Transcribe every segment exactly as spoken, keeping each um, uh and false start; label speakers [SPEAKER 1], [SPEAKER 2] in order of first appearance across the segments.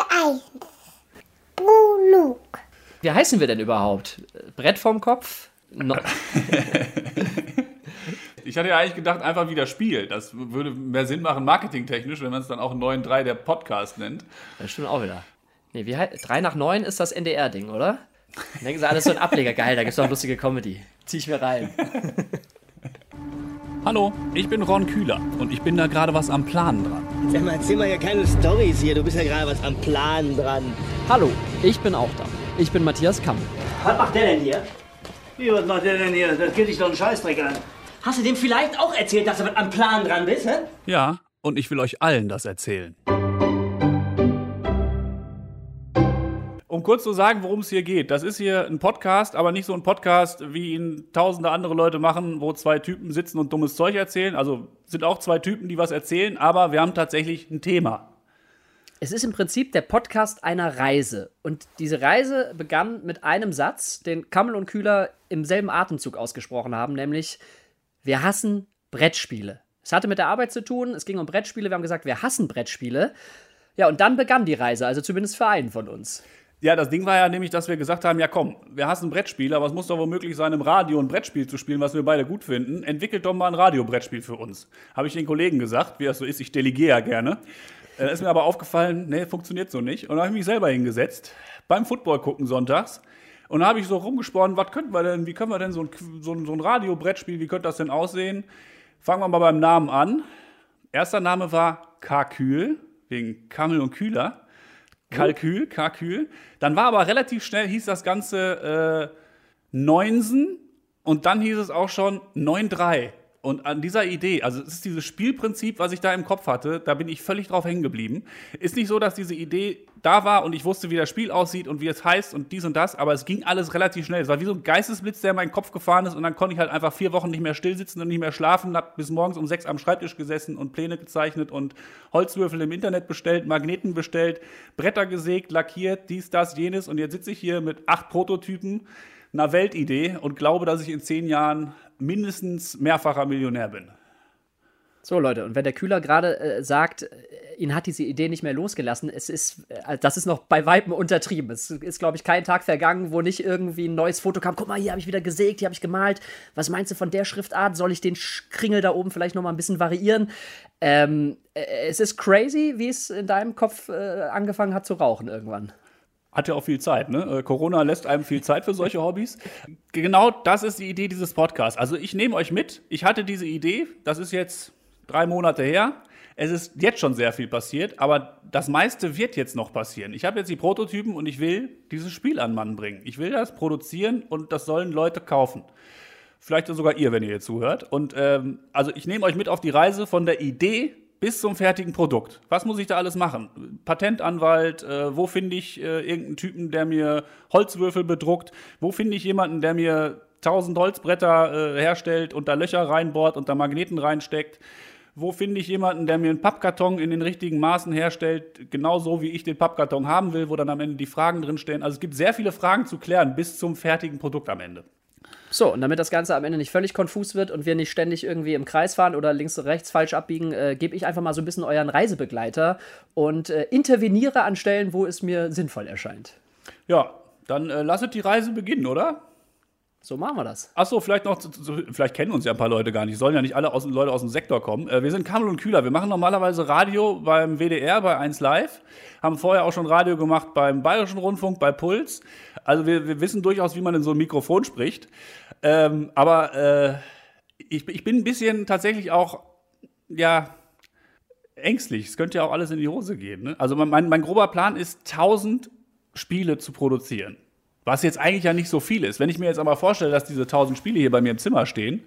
[SPEAKER 1] eins. Buluk.
[SPEAKER 2] Wie heißen wir denn überhaupt? Brett vorm Kopf? No-
[SPEAKER 3] Ich hatte ja eigentlich gedacht, einfach wieder Spiel. Das würde mehr Sinn machen, marketingtechnisch, wenn man es dann auch neun drei der Podcast nennt.
[SPEAKER 2] Das stimmt auch wieder. Nee, wie heißt, drei nach neun ist das N D R-Ding, oder? Dann denken sie, alles so ein Ableger. Geil, da gibt's doch lustige Comedy. Zieh ich mir rein.
[SPEAKER 3] Hallo, ich bin Ron Kühler und ich bin da gerade was am Planen dran.
[SPEAKER 4] Sag mal, erzähl mal ja keine Storys hier. Du bist ja gerade was am Plan dran.
[SPEAKER 2] Hallo, ich bin auch da. Ich bin Matthias Kamm.
[SPEAKER 4] Was macht der denn hier?
[SPEAKER 5] Wie, was macht der denn hier? Das geht dich doch einen Scheißdreck an.
[SPEAKER 4] Hast du dem vielleicht auch erzählt, dass du was am Plan dran bist, hä?
[SPEAKER 3] Ja, und ich will euch allen das erzählen. Um kurz zu sagen, worum es hier geht. Das ist hier ein Podcast, aber nicht so ein Podcast, wie ihn tausende andere Leute machen, wo zwei Typen sitzen und dummes Zeug erzählen. Also sind auch zwei Typen, die was erzählen, aber wir haben tatsächlich ein Thema.
[SPEAKER 2] Es ist im Prinzip der Podcast einer Reise. Und diese Reise begann mit einem Satz, den Kammel und Kühler im selben Atemzug ausgesprochen haben, nämlich: Wir hassen Brettspiele. Es hatte mit der Arbeit zu tun, es ging um Brettspiele, wir haben gesagt, wir hassen Brettspiele. Ja, und dann begann die Reise, also zumindest für einen von uns.
[SPEAKER 3] Ja, das Ding war ja nämlich, dass wir gesagt haben, ja komm, wir hassen Brettspiele, aber es muss doch wohl möglich sein, im Radio ein Brettspiel zu spielen, was wir beide gut finden. Entwickelt doch mal ein Radiobrettspiel für uns. Habe ich den Kollegen gesagt, wie das so ist, ich delegiere ja gerne. Da ist mir aber aufgefallen, nee, funktioniert so nicht. Und dann habe ich mich selber hingesetzt, beim Football gucken sonntags. Und da habe ich so rumgesponnen, was könnten wir denn, wie können wir denn so ein, so ein, so ein Radiobrettspiel, wie könnte das denn aussehen? Fangen wir mal beim Namen an. Erster Name war Kalkül, wegen Kammel und Kühler. Kalkül, Kalkül. Dann war aber relativ schnell, hieß das Ganze äh, Neunsen und dann hieß es auch schon neun drei. Und an dieser Idee, also es ist dieses Spielprinzip, was ich da im Kopf hatte, da bin ich völlig drauf hängen geblieben. Ist nicht so, dass diese Idee da war und ich wusste, wie das Spiel aussieht und wie es heißt und dies und das, aber es ging alles relativ schnell. Es war wie so ein Geistesblitz, der in meinen Kopf gefahren ist und dann konnte ich halt einfach vier Wochen nicht mehr stillsitzen und nicht mehr schlafen, hab bis morgens um sechs am Schreibtisch gesessen und Pläne gezeichnet und Holzwürfel im Internet bestellt, Magneten bestellt, Bretter gesägt, lackiert, dies, das, jenes und jetzt sitze ich hier mit acht Prototypen, einer Weltidee und glaube, dass ich in zehn Jahren mindestens mehrfacher Millionär bin.
[SPEAKER 2] So, Leute, und wenn der Kühler gerade äh, sagt, äh, ihn hat diese Idee nicht mehr losgelassen, es ist, äh, das ist noch bei Weitem untertrieben. Es ist, glaube ich, kein Tag vergangen, wo nicht irgendwie ein neues Foto kam. Guck mal, hier habe ich wieder gesägt, hier habe ich gemalt. Was meinst du von der Schriftart? Soll ich den Kringel da oben vielleicht noch mal ein bisschen variieren? Ähm, äh, es ist crazy, wie es in deinem Kopf äh, angefangen hat zu rauchen irgendwann.
[SPEAKER 3] Hat ja auch viel Zeit, ne? Corona lässt einem viel Zeit für solche Hobbys. Genau das ist die Idee dieses Podcasts. Also ich nehme euch mit. Ich hatte diese Idee, das ist jetzt drei Monate her. Es ist jetzt schon sehr viel passiert, aber das meiste wird jetzt noch passieren. Ich habe jetzt die Prototypen und ich will dieses Spiel an den Mann bringen. Ich will das produzieren und das sollen Leute kaufen. Vielleicht sogar ihr, wenn ihr hier zuhört. Und ähm, also ich nehme euch mit auf die Reise von der Idee bis zum fertigen Produkt. Was muss ich da alles machen? Patentanwalt, äh, wo finde ich äh, irgendeinen Typen, der mir Holzwürfel bedruckt? Wo finde ich jemanden, der mir tausend Holzbretter äh, herstellt und da Löcher reinbohrt und da Magneten reinsteckt? Wo finde ich jemanden, der mir einen Pappkarton in den richtigen Maßen herstellt, genauso wie ich den Pappkarton haben will, wo dann am Ende die Fragen drinstehen? Also es gibt sehr viele Fragen zu klären bis zum fertigen Produkt am Ende.
[SPEAKER 2] So, und damit das Ganze am Ende nicht völlig konfus wird und wir nicht ständig irgendwie im Kreis fahren oder links oder rechts falsch abbiegen, äh, gebe ich einfach mal so ein bisschen euren Reisebegleiter und äh, interveniere an Stellen, wo es mir sinnvoll erscheint.
[SPEAKER 3] Ja, dann äh, lasset die Reise beginnen, oder?
[SPEAKER 2] So machen wir das.
[SPEAKER 3] Achso, vielleicht noch, zu, zu, vielleicht kennen uns ja ein paar Leute gar nicht. Sollen ja nicht alle aus, Leute aus dem Sektor kommen. Äh, wir sind Kammel und Kühler. Wir machen normalerweise Radio beim W D R, bei eins Live. Haben vorher auch schon Radio gemacht beim Bayerischen Rundfunk, bei Puls. Also wir, wir wissen durchaus, wie man in so ein Mikrofon spricht. Ähm, aber äh, ich, ich bin ein bisschen tatsächlich auch, ja, ängstlich. Es könnte ja auch alles in die Hose gehen. Ne? Also mein, mein grober Plan ist, tausend Spiele zu produzieren. Was jetzt eigentlich ja nicht so viel ist. Wenn ich mir jetzt aber vorstelle, dass diese tausend Spiele hier bei mir im Zimmer stehen,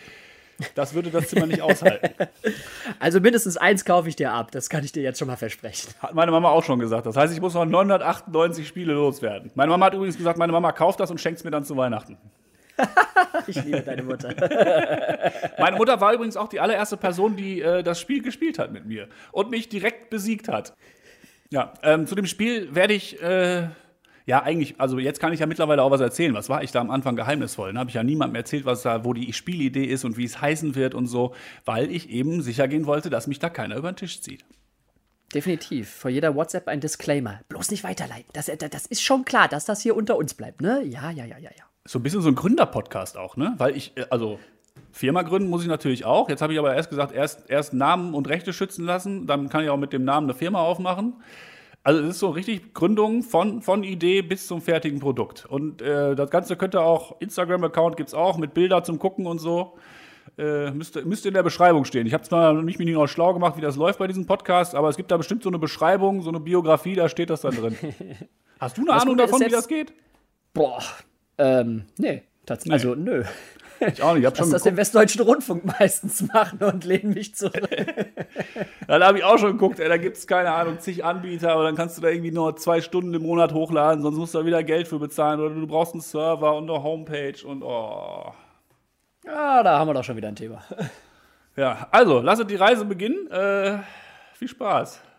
[SPEAKER 3] das würde das Zimmer nicht aushalten.
[SPEAKER 2] Also mindestens eins kaufe ich dir ab. Das kann ich dir jetzt schon mal versprechen.
[SPEAKER 3] Hat meine Mama auch schon gesagt. Das heißt, ich muss noch neunhundertachtundneunzig Spiele loswerden. Meine Mama hat übrigens gesagt, meine Mama kauft das und schenkt es mir dann zu Weihnachten.
[SPEAKER 2] Ich liebe deine Mutter.
[SPEAKER 3] Meine Mutter war übrigens auch die allererste Person, die äh, das Spiel gespielt hat mit mir und mich direkt besiegt hat. Ja, ähm, zu dem Spiel werde ich... Äh, Ja, eigentlich, also jetzt kann ich ja mittlerweile auch was erzählen. Was war ich da am Anfang geheimnisvoll? Da habe ich ja niemandem erzählt, was da, wo die Spielidee ist und wie es heißen wird und so, weil ich eben sicher gehen wollte, dass mich da keiner über den Tisch zieht.
[SPEAKER 2] Definitiv. Vor jeder WhatsApp ein Disclaimer. Bloß nicht weiterleiten. Das, das, das ist schon klar, dass das hier unter uns bleibt, ne? Ja, ja, ja, ja, ja.
[SPEAKER 3] So ein bisschen so ein Gründer-Podcast auch, ne? Weil ich, äh, also Firma gründen muss ich natürlich auch. Jetzt habe ich aber erst gesagt, erst, erst Namen und Rechte schützen lassen. Dann kann ich auch mit dem Namen eine Firma aufmachen. Also es ist so richtig Gründung von, von Idee bis zum fertigen Produkt. Und äh, das Ganze könnte auch, Instagram-Account gibt es auch, mit Bilder zum Gucken und so. Äh, müsste, müsste in der Beschreibung stehen. Ich habe zwar nicht mich noch schlau gemacht, wie das läuft bei diesem Podcast, aber es gibt da bestimmt so eine Beschreibung, so eine Biografie, da steht das dann drin. Hast du eine
[SPEAKER 2] Das
[SPEAKER 3] Ahnung
[SPEAKER 2] Gute ist
[SPEAKER 3] davon, wie
[SPEAKER 2] jetzt-
[SPEAKER 3] das geht?
[SPEAKER 2] Boah, ähm, nee. Tatsächlich. Also, nö.
[SPEAKER 3] Ich auch nicht. Ich habe
[SPEAKER 2] Lass
[SPEAKER 3] schon
[SPEAKER 2] das den
[SPEAKER 3] geguckt.
[SPEAKER 2] Westdeutschen Rundfunk meistens machen und lehnen mich zurück.
[SPEAKER 3] Ja, da habe ich auch schon geguckt, ey, da gibt es, keine Ahnung, zig Anbieter, aber dann kannst du da irgendwie nur zwei Stunden im Monat hochladen, sonst musst du da wieder Geld für bezahlen oder du brauchst einen Server und eine Homepage und oh.
[SPEAKER 2] Ja, da haben wir doch schon wieder ein Thema.
[SPEAKER 3] Ja, also, lasst die Reise beginnen. Äh, viel Spaß.